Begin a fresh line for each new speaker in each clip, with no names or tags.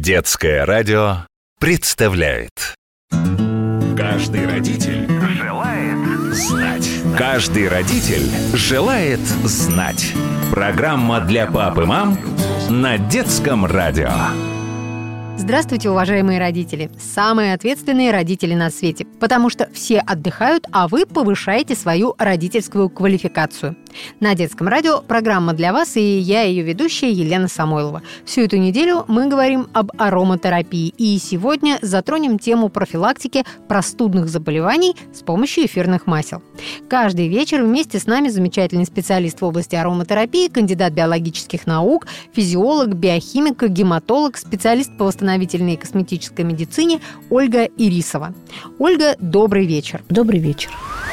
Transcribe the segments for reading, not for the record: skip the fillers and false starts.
Детское радио представляет. Каждый родитель желает знать. Каждый родитель желает знать. Программа для пап и мам на Детском радио.
Здравствуйте, уважаемые родители! Самые ответственные родители на свете, потому что все отдыхают, а вы повышаете свою родительскую квалификацию. На Детском радио программа для вас, и я ее ведущая Елена Самойлова. Всю эту неделю мы говорим об ароматерапии, и сегодня затронем тему профилактики простудных заболеваний с помощью эфирных масел. Каждый вечер вместе с нами замечательный специалист в области ароматерапии, кандидат биологических наук, физиолог, биохимик, гематолог, специалист по восстановительной и косметической медицине Ольга Ирисова. Ольга, добрый вечер.
Добрый вечер.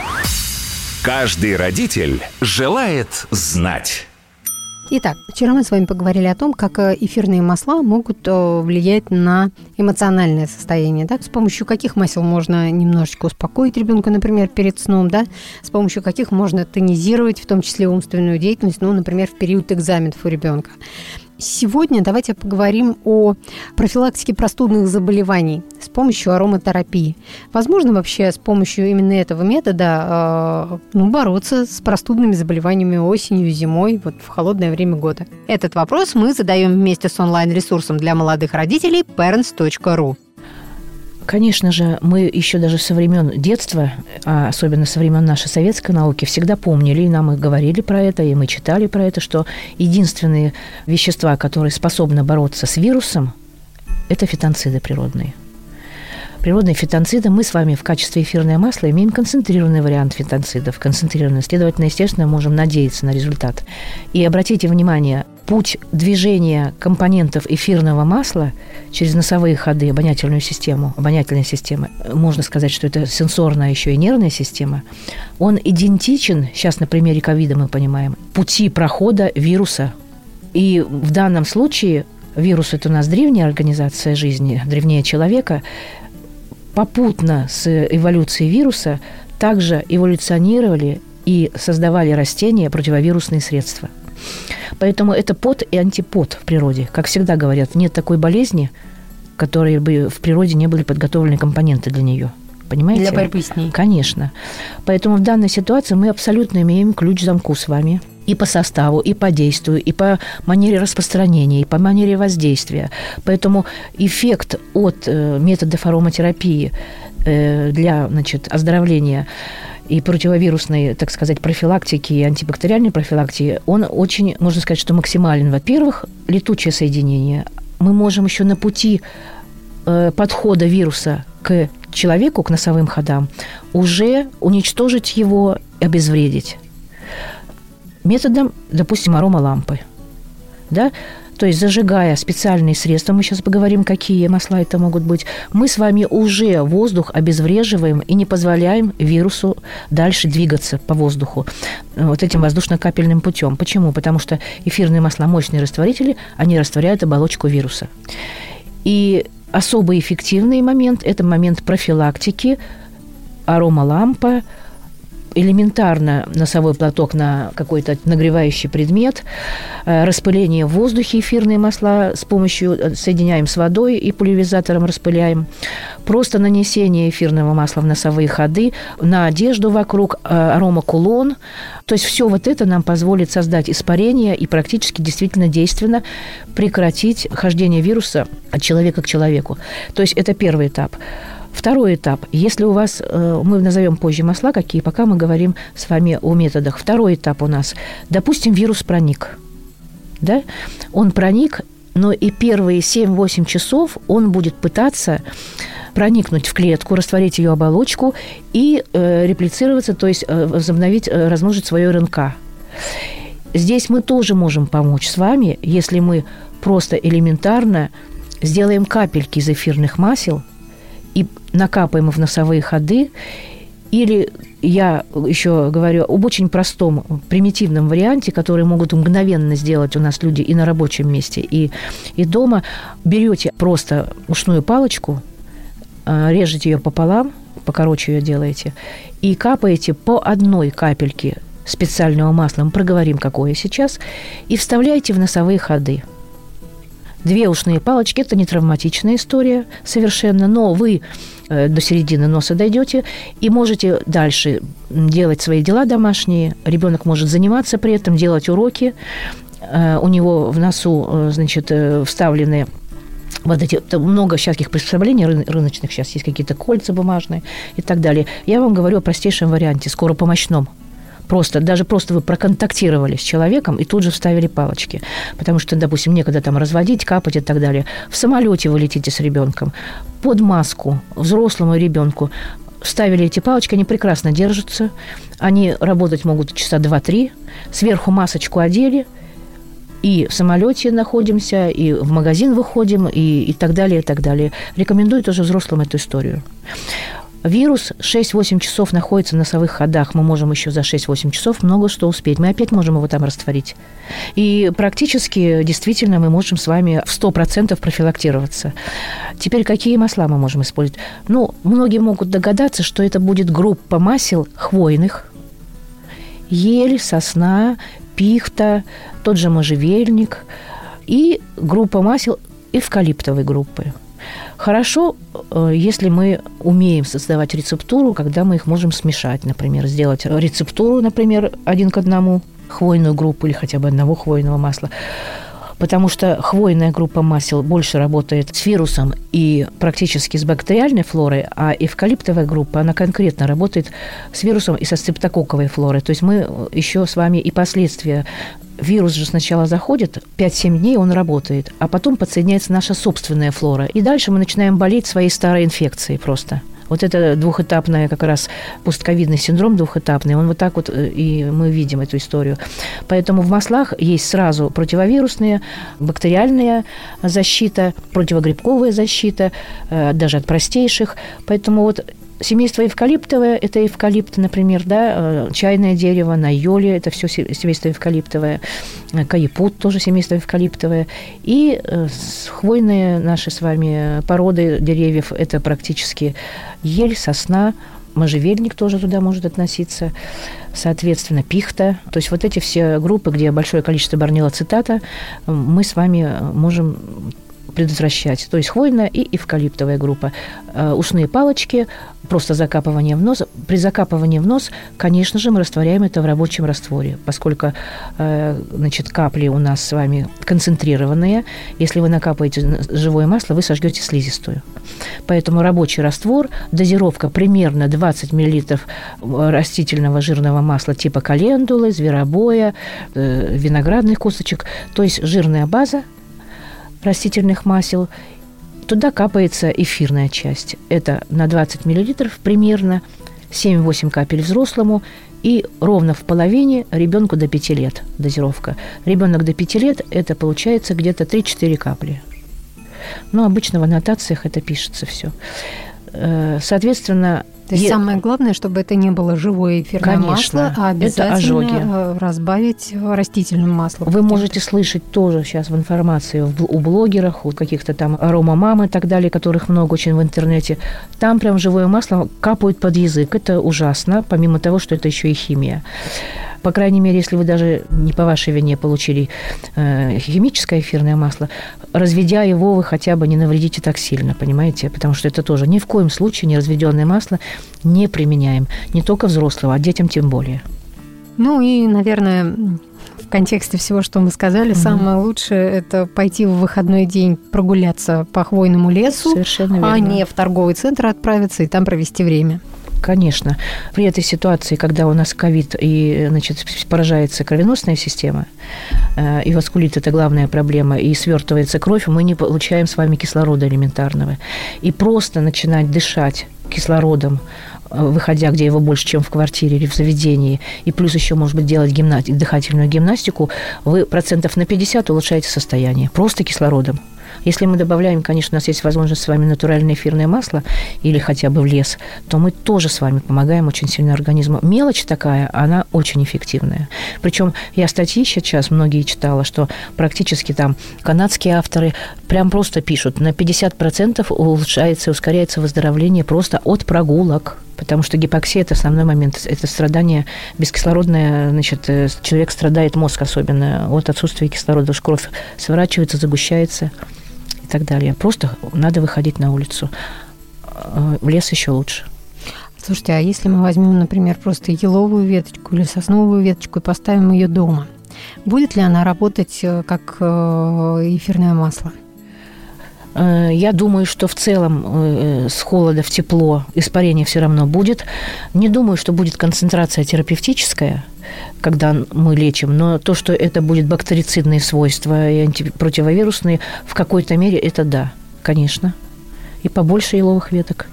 Каждый родитель желает знать.
Итак, вчера мы с вами поговорили о том, как эфирные масла могут влиять на эмоциональное состояние, да? С помощью каких масел можно немножечко успокоить ребенка, например, перед сном, да? С помощью каких можно тонизировать, в том числе умственную деятельность, например, в период экзаменов у ребенка. Сегодня давайте поговорим о профилактике простудных заболеваний с помощью ароматерапии. Возможно вообще с помощью именно этого метода бороться с простудными заболеваниями осенью, зимой, в холодное время года? Этот вопрос мы задаем вместе с онлайн-ресурсом для молодых родителей parents.ru.
Конечно же, мы еще даже со времен детства, а особенно со времен нашей советской науки, всегда помнили, и нам и говорили про это, и мы читали про это, что единственные вещества, которые способны бороться с вирусом, это фитонциды природные. Природные фитонциды мы с вами в качестве эфирного масла имеем концентрированный вариант фитонцидов. Концентрированный, следовательно, естественно, можем надеяться на результат. И обратите внимание, путь движения компонентов эфирного масла через носовые ходы, обонятельная система, можно сказать, что это сенсорная еще и нервная система, он идентичен, сейчас на примере ковида мы понимаем, пути прохода вируса. И в данном случае вирус – это у нас древняя организация жизни, древнее человека. Попутно с эволюцией вируса также эволюционировали и создавали растения противовирусные средства. Поэтому это под и антипод в природе. Как всегда говорят, нет такой болезни, которой бы в природе не были подготовлены компоненты для нее. Понимаете?
Для борьбы с ней.
Конечно. Поэтому в данной ситуации мы абсолютно имеем ключ к замку с вами. И по составу, и по действию, и по манере распространения, и по манере воздействия. Поэтому эффект от методов ароматерапии для, оздоровления и противовирусной, так сказать, профилактики и антибактериальной профилактики, он очень, можно сказать, что максимален. Во-первых, летучее соединение. Мы можем еще на пути подхода вируса к человеку, к носовым ходам, уже уничтожить его, обезвредить. Методом, допустим, аромалампы. Да? То есть, зажигая специальные средства, мы сейчас поговорим, какие масла это могут быть, мы с вами уже воздух обезвреживаем и не позволяем вирусу дальше двигаться по воздуху вот этим воздушно-капельным путем. Почему? Потому что эфирные масла – мощные растворители, они растворяют оболочку вируса. И особо эффективный момент – это момент профилактики, аромалампа, элементарно носовой платок на какой-то нагревающий предмет, распыление в воздухе эфирные масла с помощью, соединяем с водой и пульверизатором распыляем, просто нанесение эфирного масла в носовые ходы, на одежду вокруг, аромакулон. То есть все вот это нам позволит создать испарение и практически действительно действенно прекратить хождение вируса от человека к человеку. То есть это первый этап. Второй этап. Если у вас, мы назовем позже масла какие, пока мы говорим с вами о методах. Второй этап у нас. Допустим, вирус проник. Да? Он проник, но и первые 7-8 часов он будет пытаться проникнуть в клетку, растворить ее оболочку и реплицироваться, то есть возобновить, размножить свое РНК. Здесь мы тоже можем помочь с вами, если мы просто элементарно сделаем капельки из эфирных масел и накапаем в носовые ходы, или я еще говорю об очень простом, примитивном варианте, который могут мгновенно сделать у нас люди и на рабочем месте, и дома. Берете просто ушную палочку, режете ее пополам, покороче ее делаете, и капаете по одной капельке специального масла, мы проговорим, какое сейчас, и вставляете в носовые ходы. 2 ушные палочки – это не травматичная история совершенно, но вы до середины носа дойдете и можете дальше делать свои дела домашние. Ребенок может заниматься при этом, делать уроки. У него в носу, значит, вставлены вот эти, много всяких приспособлений рыночных, сейчас есть какие-то кольца бумажные и так далее. Я вам говорю о простейшем варианте, скоропомощном. Даже просто вы проконтактировали с человеком и тут же вставили палочки. Потому что, допустим, некогда там разводить, капать и так далее. В самолете вы летите с ребенком, под маску взрослому ребенку вставили эти палочки, они прекрасно держатся, они работать могут часа 2-3, сверху масочку одели, и в самолете находимся, и в магазин выходим, и так далее, и так далее. Рекомендую тоже взрослым эту историю. Вирус 6-8 часов находится в носовых ходах. Мы можем еще за 6-8 часов много что успеть. Мы опять можем его там растворить. И практически, действительно, мы можем с вами в 100% профилактироваться. Теперь какие масла мы можем использовать? Многие могут догадаться, что это будет группа масел хвойных. Ель, сосна, пихта, тот же можжевельник. И группа масел эвкалиптовой группы. Хорошо, если мы умеем создавать рецептуру, когда мы их можем смешать, например, сделать рецептуру, например, 1 к 1, хвойную группу или хотя бы одного хвойного масла. Потому что хвойная группа масел больше работает с вирусом и практически с бактериальной флорой, а эвкалиптовая группа, она конкретно работает с вирусом и со стрептококковой флорой. То есть мы еще с вами и последствия. Вирус же сначала заходит, 5-7 дней он работает, а потом подсоединяется наша собственная флора. И дальше мы начинаем болеть своей старой инфекцией просто. Вот это двухэтапный как раз постковидный синдром двухэтапный, он вот так вот, и мы видим эту историю. Поэтому в маслах есть сразу противовирусная, бактериальная защита, противогрибковая защита, даже от простейших. Поэтому вот семейство эвкалиптовое – это эвкалипт, например, да, чайное дерево, найоли – это все семейство эвкалиптовое, каепут – тоже семейство эвкалиптовое. И хвойные наши с вами породы деревьев – это практически ель, сосна, можжевельник тоже туда может относиться, соответственно, пихта. То есть вот эти все группы, где большое количество барнилоцитата, мы с вами можем предотвращать. То есть хвойная и эвкалиптовая группа. Ушные палочки, просто закапывание в нос. При закапывании в нос, конечно же, мы растворяем это в рабочем растворе, поскольку капли у нас с вами концентрированные. Если вы накапаете живое масло, вы сожгете слизистую. Поэтому рабочий раствор, дозировка примерно 20 мл растительного жирного масла типа календулы, зверобоя, виноградных косточек, то есть жирная база растительных масел, туда капается эфирная часть. Это на 20 мл примерно 7-8 капель взрослому и ровно в половине ребенку до 5 лет дозировка. Ребенок до 5 лет это получается где-то 3-4 капли. Но обычно в аннотациях это пишется все. Соответственно,
то есть самое главное, чтобы это не было живое эфирное масло, а обязательно разбавить растительным маслом.
Вы можете слышать тоже сейчас в информации у блогерах, у каких-то там аромамам и так далее, которых много очень в интернете. Там прям живое масло капают под язык. Это ужасно, помимо того, что это еще и химия. По крайней мере, если вы даже не по вашей вине получили химическое эфирное масло, разведя его, вы хотя бы не навредите так сильно, понимаете? Потому что это тоже ни в коем случае неразведенное масло не применяем. Не только взрослого, а детям тем более.
Ну и, наверное, в контексте всего, что мы сказали, самое лучшее – это пойти в выходной день прогуляться по хвойному лесу,
совершенно верно,
а не в торговый центр отправиться и там провести время.
Конечно. При этой ситуации, когда у нас ковид и, поражается кровеносная система, и васкулит – это главная проблема, и свертывается кровь, мы не получаем с вами кислорода элементарного. И просто начинать дышать кислородом, выходя, где его больше, чем в квартире или в заведении, и плюс еще, может быть, делать дыхательную гимнастику, вы 50% улучшаете состояние просто кислородом. Если мы добавляем, конечно, у нас есть возможность с вами натуральное эфирное масло или хотя бы в лес, то мы тоже с вами помогаем очень сильно организму. Мелочь такая, она очень эффективная. Причем я статьи сейчас многие читала, что практически там канадские авторы прям просто пишут, на 50% улучшается, ускоряется выздоровление просто от прогулок. Потому что гипоксия – это основной момент. Это страдание бескислородное. Человек страдает, мозг особенно, от отсутствия кислорода. Кровь сворачивается, загущается. так далее. Просто надо выходить на улицу. В лес еще лучше.
Слушайте, а если мы возьмем, например, просто еловую веточку или сосновую веточку и поставим ее дома, будет ли она работать как эфирное масло?
Я думаю, что в целом с холода в тепло испарение все равно будет. Не думаю, что будет концентрация терапевтическая, когда мы лечим, но то, что это будет бактерицидные свойства и противовирусные, в какой-то мере это да, конечно. И побольше еловых веток.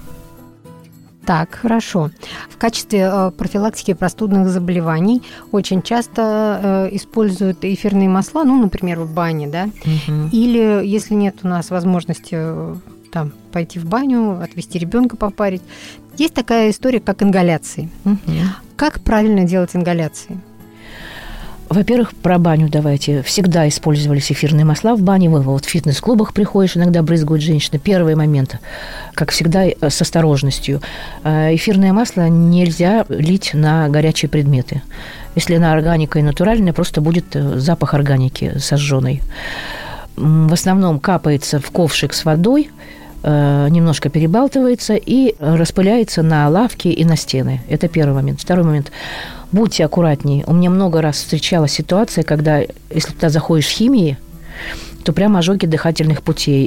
Так, хорошо. В качестве профилактики простудных заболеваний очень часто используют эфирные масла, ну, например, в бане, да? Угу. Или если нет у нас возможности там пойти в баню, отвезти ребенка попарить, есть такая история, как ингаляции. Угу. Как правильно делать ингаляции?
Во-первых, про баню давайте. Всегда использовались эфирные масла в бане. Вот в фитнес-клубах приходишь, иногда брызгают женщины. Первый момент, как всегда, с осторожностью. Эфирное масло нельзя лить на горячие предметы. Если она органика и натуральная, просто будет запах органики сожженной. В основном капается в ковшик с водой, немножко перебалтывается и распыляется на лавки и на стены. Это первый момент. Второй момент. Будьте аккуратнее. У меня много раз встречалась ситуация, когда, если туда заходишь в химии, то прямо ожоги дыхательных путей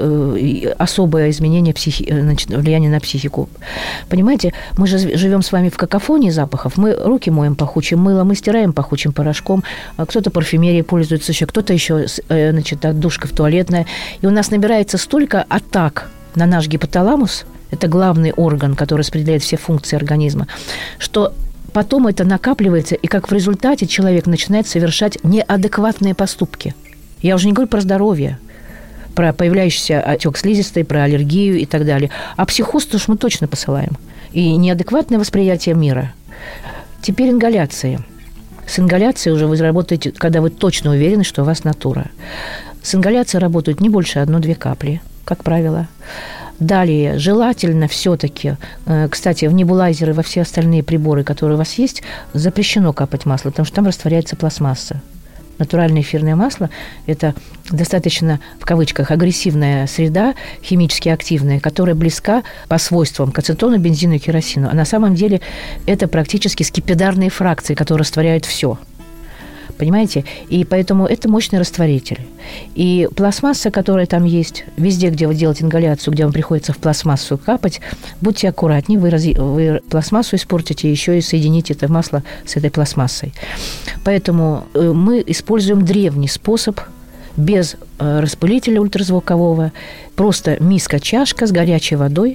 и особое изменение влияние на психику. Понимаете, мы же живем с вами в какофонии запахов. Мы руки моем пахучим мылом, мы стираем пахучим порошком, кто-то парфюмерией пользуется еще, кто-то еще, отдушка в туалетная. И у нас набирается столько атак на наш гипоталамус, это главный орган, который распределяет все функции организма, что потом это накапливается, и как в результате человек начинает совершать неадекватные поступки. Я уже не говорю про здоровье, про появляющийся отек слизистой, про аллергию и так далее. А психоз уж мы точно посылаем. И неадекватное восприятие мира. Теперь ингаляции. С ингаляцией уже вы работаете, когда вы точно уверены, что у вас натура. С ингаляцией работают не больше 1-2 капли, как правило. Далее, желательно все-таки, кстати, в небулайзеры, во все остальные приборы, которые у вас есть, запрещено капать масло, потому что там растворяется пластмасса. Натуральное эфирное масло – это достаточно, в кавычках, агрессивная среда, химически активная, которая близка по свойствам к ацетону, бензину и керосину. А на самом деле это практически скипидарные фракции, которые растворяют все. Понимаете? И поэтому это мощный растворитель. И пластмасса, которая там есть, везде, где вы делаете ингаляцию, где вам приходится в пластмассу капать, будьте аккуратнее, вы пластмассу испортите, еще и соедините это масло с этой пластмассой. Поэтому мы используем древний способ, без распылителя ультразвукового, просто миска-чашка с горячей водой,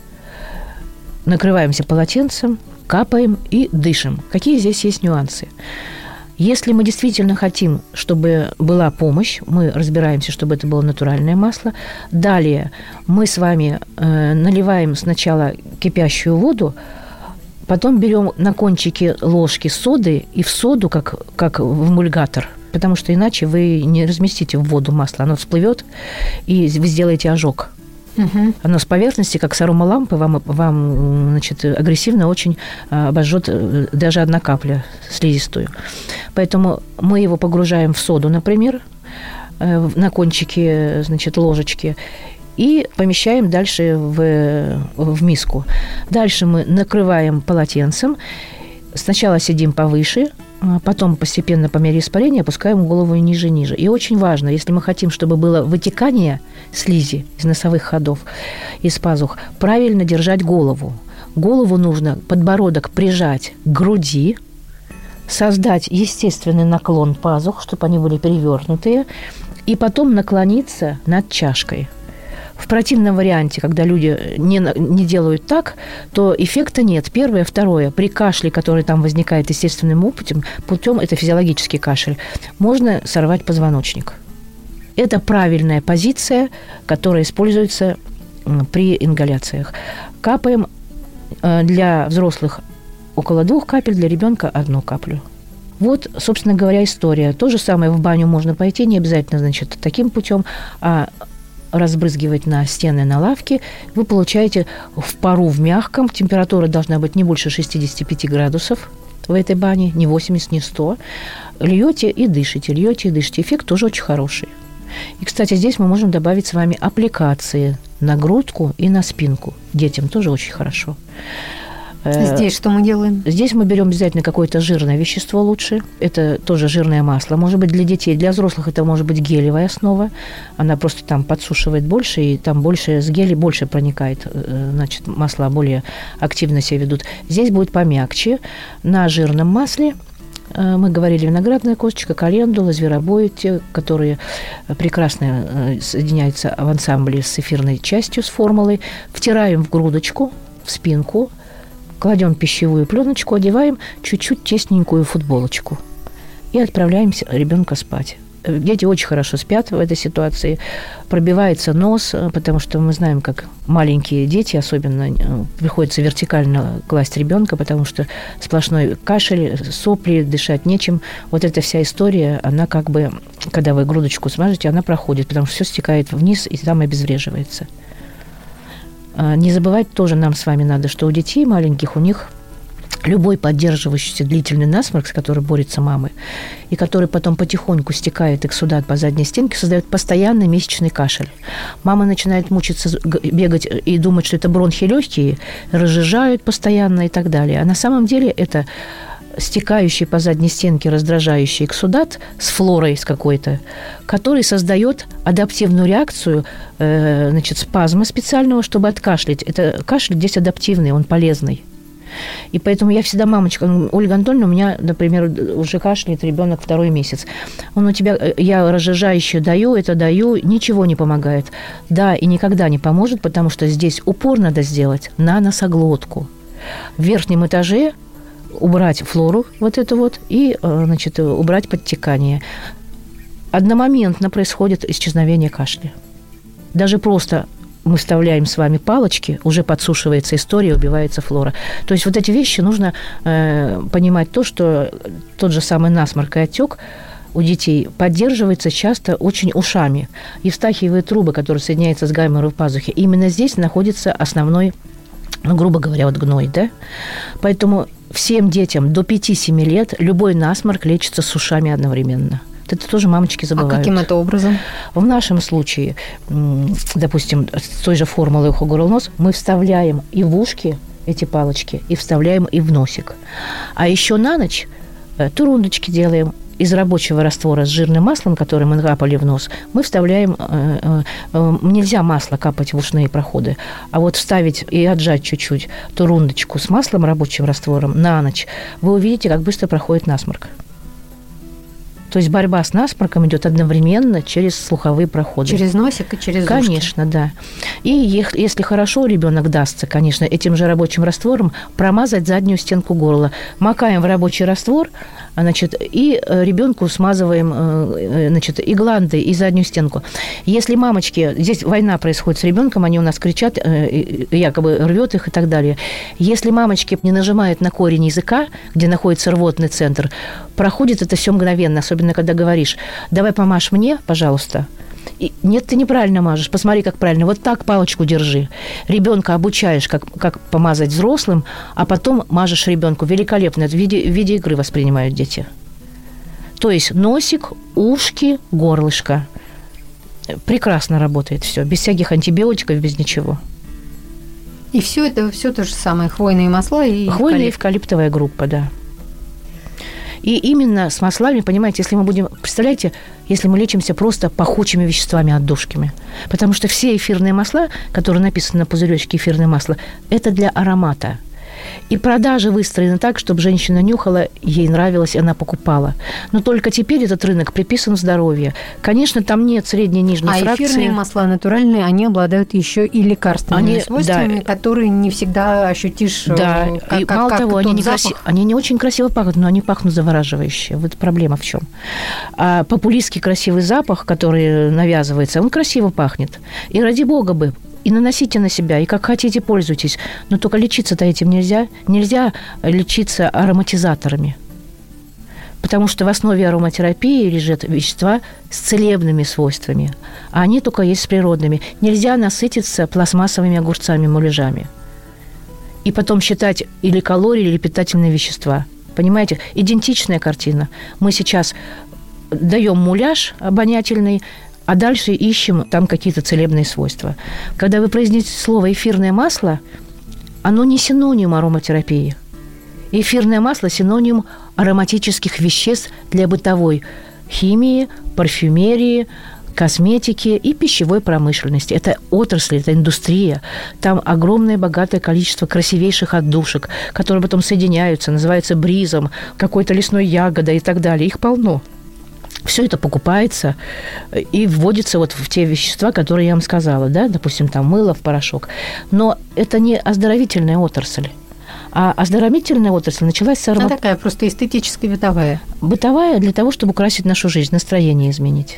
накрываемся полотенцем, капаем и дышим. Какие здесь есть нюансы? Если мы действительно хотим, чтобы была помощь, мы разбираемся, чтобы это было натуральное масло. Далее мы с вами наливаем сначала кипящую воду, потом берем на кончике ложки соды и в соду, как в эмульгатор, потому что иначе вы не разместите в воду масло, оно всплывет, и вы сделаете ожог. Угу. Оно с поверхности, как с аромалампы, вам агрессивно очень обожжет даже 1 капля слизистую. Поэтому мы его погружаем в соду, например, на кончике, ложечки, и помещаем дальше в миску. Дальше мы накрываем полотенцем. Сначала сидим повыше, потом постепенно по мере испарения опускаем голову ниже. И очень важно, если мы хотим, чтобы было вытекание слизи из носовых ходов, из пазух, правильно держать голову. Голову нужно, подбородок прижать к груди, создать естественный наклон пазух, чтобы они были перевернутые, и потом наклониться над чашкой. В противном варианте, когда люди не делают так, то эффекта нет. Первое. Второе. При кашле, который там возникает естественным путем, это физиологический кашель, можно сорвать позвоночник. Это правильная позиция, которая используется при ингаляциях. Капаем для взрослых около 2 капель, для ребенка 1 каплю. Вот, собственно говоря, история. То же самое в баню можно пойти, не обязательно, таким путем, а разбрызгивать на стены, на лавки, вы получаете в пару в мягком. Температура должна быть не больше 65 градусов в этой бане, не 80, не 100. Льете и дышите, льете и дышите. Эффект тоже очень хороший. И, кстати, здесь мы можем добавить с вами аппликации на грудку и на спинку. Детям тоже очень хорошо.
Здесь что мы делаем?
Здесь мы берем обязательно какое-то жирное вещество лучше. Это тоже жирное масло. Может быть, для детей, для взрослых это может быть гелевая основа. Она просто там подсушивает больше, и там больше с гелей больше проникает. Значит, масла более активно себя ведут. Здесь будет помягче. На жирном масле мы говорили виноградная косточка, календула, зверобой, те, которые прекрасно соединяются в ансамбле с эфирной частью, с формулой. Втираем в грудочку, в спинку, кладем пищевую пленочку, одеваем чуть-чуть тесненькую футболочку и отправляемся ребенка спать. Дети очень хорошо спят в этой ситуации. Пробивается нос, потому что мы знаем, как маленькие дети, особенно, приходится вертикально класть ребенка, потому что сплошной кашель, сопли, дышать нечем. Вот эта вся история, она как бы, когда вы грудочку смажете, она проходит, потому что все стекает вниз и там обезвреживается. Не забывать тоже нам с вами надо, что у детей маленьких, у них любой поддерживающийся длительный насморк, с которым борются мамы, и который потом потихоньку стекает эксудат по задней стенке, создает постоянный месячный кашель. Мама начинает мучиться, бегать и думать, что это бронхи легкие, разжижают постоянно и так далее. А на самом деле это стекающий по задней стенке раздражающий эксудат с флорой с какой-то, который создает адаптивную реакцию, значит, спазма специального, чтобы откашлять. Это кашель здесь адаптивный, он полезный. И поэтому я всегда мамочка, Ольга Анатольевна, у меня, например, уже кашляет ребенок 2-й месяц. Он у тебя, я разжижающее даю, это даю, ничего не помогает. Да, и никогда не поможет, потому что здесь упор надо сделать на носоглотку. В верхнем этаже убрать флору вот эту вот и, значит, убрать подтекание. Одномоментно происходит исчезновение кашля. Даже просто мы вставляем с вами палочки, уже подсушивается история, убивается флора. То есть вот эти вещи нужно понимать то, что тот же самый насморк и отек у детей поддерживается часто очень ушами. Евстахиевые трубы, которые соединяются с гайморовой пазухи, именно здесь находится основной, ну, грубо говоря, вот гной, да? Поэтому всем детям до 5-7 лет любой насморк лечится с ушами одновременно. Это тоже мамочки забывают.
А каким это образом?
В нашем случае, допустим, с той же формулой ухо, горло, нос, мы вставляем и в ушки эти палочки, и вставляем и в носик. А еще на ночь турундочки делаем из рабочего раствора с жирным маслом, который мы капали в нос, мы вставляем... Нельзя масло капать в ушные проходы, а вот вставить и отжать чуть-чуть турундочку с маслом, рабочим раствором на ночь, вы увидите, как быстро проходит насморк. То есть борьба с насморком идет одновременно через слуховые проходы.
Через носик и через ушки.
Конечно, да. И если хорошо ребенок дастся, конечно, этим же рабочим раствором промазать заднюю стенку горла. Макаем в рабочий раствор, значит, и ребенку смазываем, значит, и гланды, и заднюю стенку. Если мамочки, здесь война происходит с ребенком, они у нас кричат, якобы рвет их и так далее. Если мамочки не нажимают на корень языка, где находится рвотный центр, проходит это все мгновенно, особенно когда говоришь: давай помажь мне, пожалуйста. И, нет, ты неправильно мажешь, посмотри, как правильно. Вот так палочку держи. Ребенка обучаешь, как помазать взрослым, а потом мажешь ребенку. Великолепно. Это в виде игры воспринимают дети. То есть носик, ушки, горлышко. Прекрасно работает все. Без всяких антибиотиков, без ничего.
И все это все то же самое. Хвойные масла и
хвойная и эвкалиптовая группа, да. И именно с маслами, понимаете, если мы будем... Представляете, если мы лечимся просто пахучими веществами, отдушками. Потому что все эфирные масла, которые написаны на пузыречке эфирное масло, это для аромата. И продажи выстроены так, чтобы женщина нюхала, ей нравилось, и она покупала. Но только теперь этот рынок приписан здоровью. Конечно, там нет средней и нижней фракции.
А эфирные масла натуральные, они обладают еще и лекарственными свойствами, да, которые не всегда ощутишь.
Да, и мало того, они не очень красиво пахнут, но они пахнут завораживающе. Вот проблема в чем. А популистский красивый запах, который навязывается, он красиво пахнет. И ради бога бы, и наносите на себя, и как хотите пользуйтесь. Но только лечиться-то этим нельзя. Нельзя лечиться ароматизаторами. Потому что в основе ароматерапии лежат вещества с целебными свойствами. А они только есть с природными. Нельзя насытиться пластмассовыми огурцами, муляжами. И потом считать или калории, или питательные вещества. Понимаете? Идентичная картина. Мы сейчас даем муляж обонятельный, а дальше ищем там какие-то целебные свойства. Когда вы произнесете слово «эфирное масло», оно не синоним ароматерапии. Эфирное масло – синоним ароматических веществ для бытовой химии, парфюмерии, косметики и пищевой промышленности. Это отрасль, это индустрия. Там огромное, богатое количество красивейших отдушек, которые потом соединяются, называются бризом, какой-то лесной ягодой и так далее. Их полно. Все это покупается и вводится вот в те вещества, которые я вам сказала, да, допустим, там мыло в порошок. Но это не оздоровительная отрасль. А оздоровительная отрасль началась с
Она такая просто эстетическая, бытовая.
Бытовая для того, чтобы украсить нашу жизнь, настроение изменить.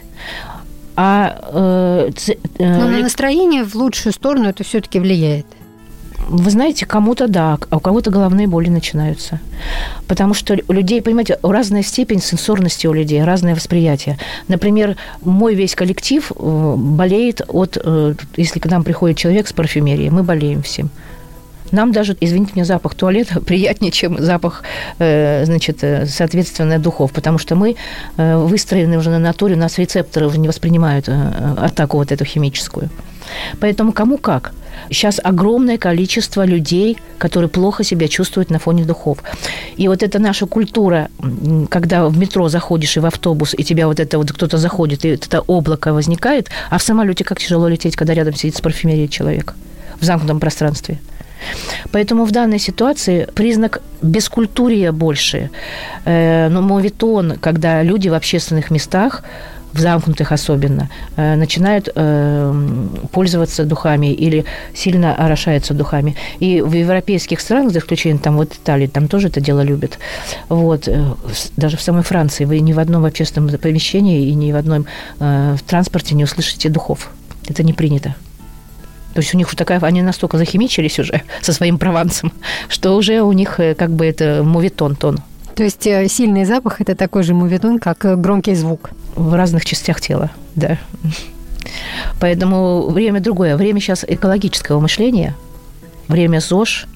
Но на
настроение в лучшую сторону это все-таки влияет.
Вы знаете, кому-то да, а у кого-то головные боли начинаются. Потому что у людей, понимаете, разная степень сенсорности у людей, разное восприятие. Например, мой весь коллектив болеет от... Если к нам приходит человек с парфюмерией, мы болеем всем. Нам даже, извините меня, запах туалета приятнее, чем запах, соответственно, духов, потому что мы выстроены уже на натуре, у нас рецепторы не воспринимают атаку вот эту химическую. Поэтому кому как. Сейчас огромное количество людей, которые плохо себя чувствуют на фоне духов. И вот эта наша культура, когда в метро заходишь и в автобус, и тебя вот это вот кто-то заходит, и это облако возникает, а в самолете как тяжело лететь, когда рядом сидит с парфюмерией человек в замкнутом пространстве. Поэтому в данной ситуации признак бескультурия больше. Но моветон, когда люди в общественных местах, в замкнутых особенно, начинают пользоваться духами или сильно орошаются духами. И в европейских странах, за исключением там вот Италии, там тоже это дело любят. Вот. Даже в самой Франции вы ни в одном общественном помещении и ни в одном в транспорте не услышите духов. Это не принято. То есть у них такая, они настолько захимичились уже со своим провансом, что уже у них как бы это моветон тон.
То есть сильный запах – это такой же моветон, как громкий звук?
В разных частях тела, да. Поэтому время другое. Время сейчас экологического мышления, время ЗОЖ.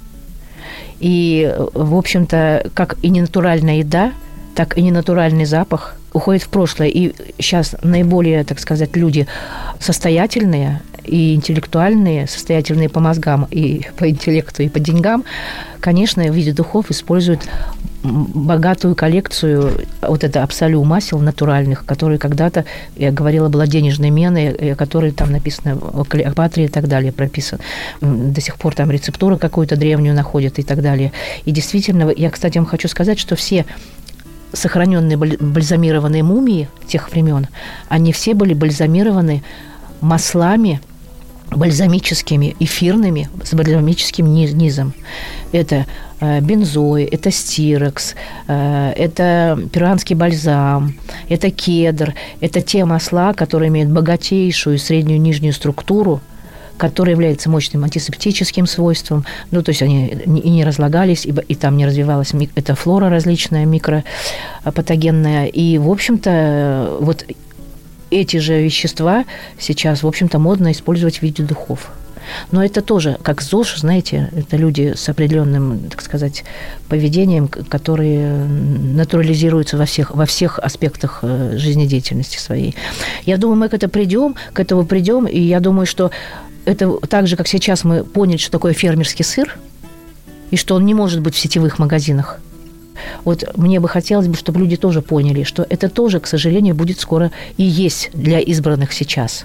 И, в общем-то, как и ненатуральная еда, так и ненатуральный запах уходит в прошлое. И сейчас наиболее, так сказать, люди состоятельные и интеллектуальные, состоятельные по мозгам и по интеллекту, и по деньгам, конечно, в виде духов используют богатую коллекцию вот это абсолют масел натуральных, которые когда-то, я говорила, была денежной меной, которые там написано о Клеопатре и так далее прописано. До сих пор там рецептуру какую-то древнюю находят и так далее. И действительно, я, кстати, вам хочу сказать, что все сохраненные бальзамированные мумии тех времен, они все были бальзамированы маслами бальзамическими, эфирными, с бальзамическим низом. Это бензой, это стирекс, это перуанский бальзам, это кедр. Это те масла, которые имеют богатейшую среднюю и нижнюю структуру, которая является мощным антисептическим свойством. Ну, то есть они и не разлагались, и там не развивалась эта флора различная, микропатогенная. И, в общем-то, вот эти же вещества сейчас, в общем-то, модно использовать в виде духов. Но это тоже, как ЗОЖ, знаете, это люди с определенным, так сказать, поведением, которые натурализируются во всех аспектах жизнедеятельности своей. Я думаю, мы к этому придем, и я думаю, что это так же, как сейчас мы поняли, что такое фермерский сыр, и что он не может быть в сетевых магазинах. Вот мне бы хотелось бы, чтобы люди тоже поняли, что это тоже, к сожалению, будет скоро и есть для избранных сейчас.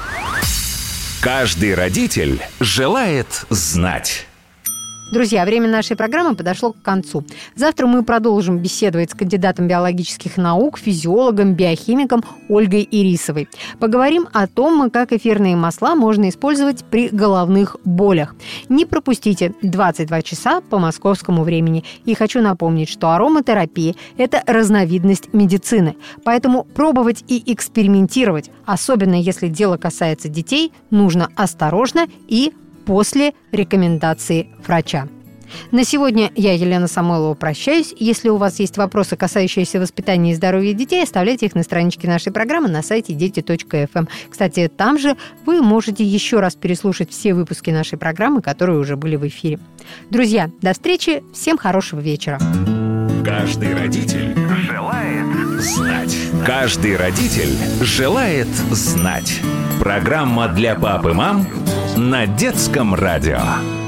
Каждый родитель желает знать.
Друзья, время нашей программы подошло к концу. Завтра мы продолжим беседовать с кандидатом биологических наук, физиологом, биохимиком Ольгой Ирисовой. Поговорим о том, как эфирные масла можно использовать при головных болях. Не пропустите 22 часа по московскому времени. И хочу напомнить, что ароматерапия – это разновидность медицины. Поэтому пробовать и экспериментировать, особенно если дело касается детей, нужно осторожно и после рекомендации врача. На сегодня я, Елена Самойлова, прощаюсь. Если у вас есть вопросы, касающиеся воспитания и здоровья детей, оставляйте их на страничке нашей программы на сайте дети.fm. Кстати, там же вы можете еще раз переслушать все выпуски нашей программы, которые уже были в эфире. Друзья, до встречи. Всем хорошего вечера.
Каждый родитель желает знать. Каждый родитель желает знать. Программа для пап и мам на Детском радио.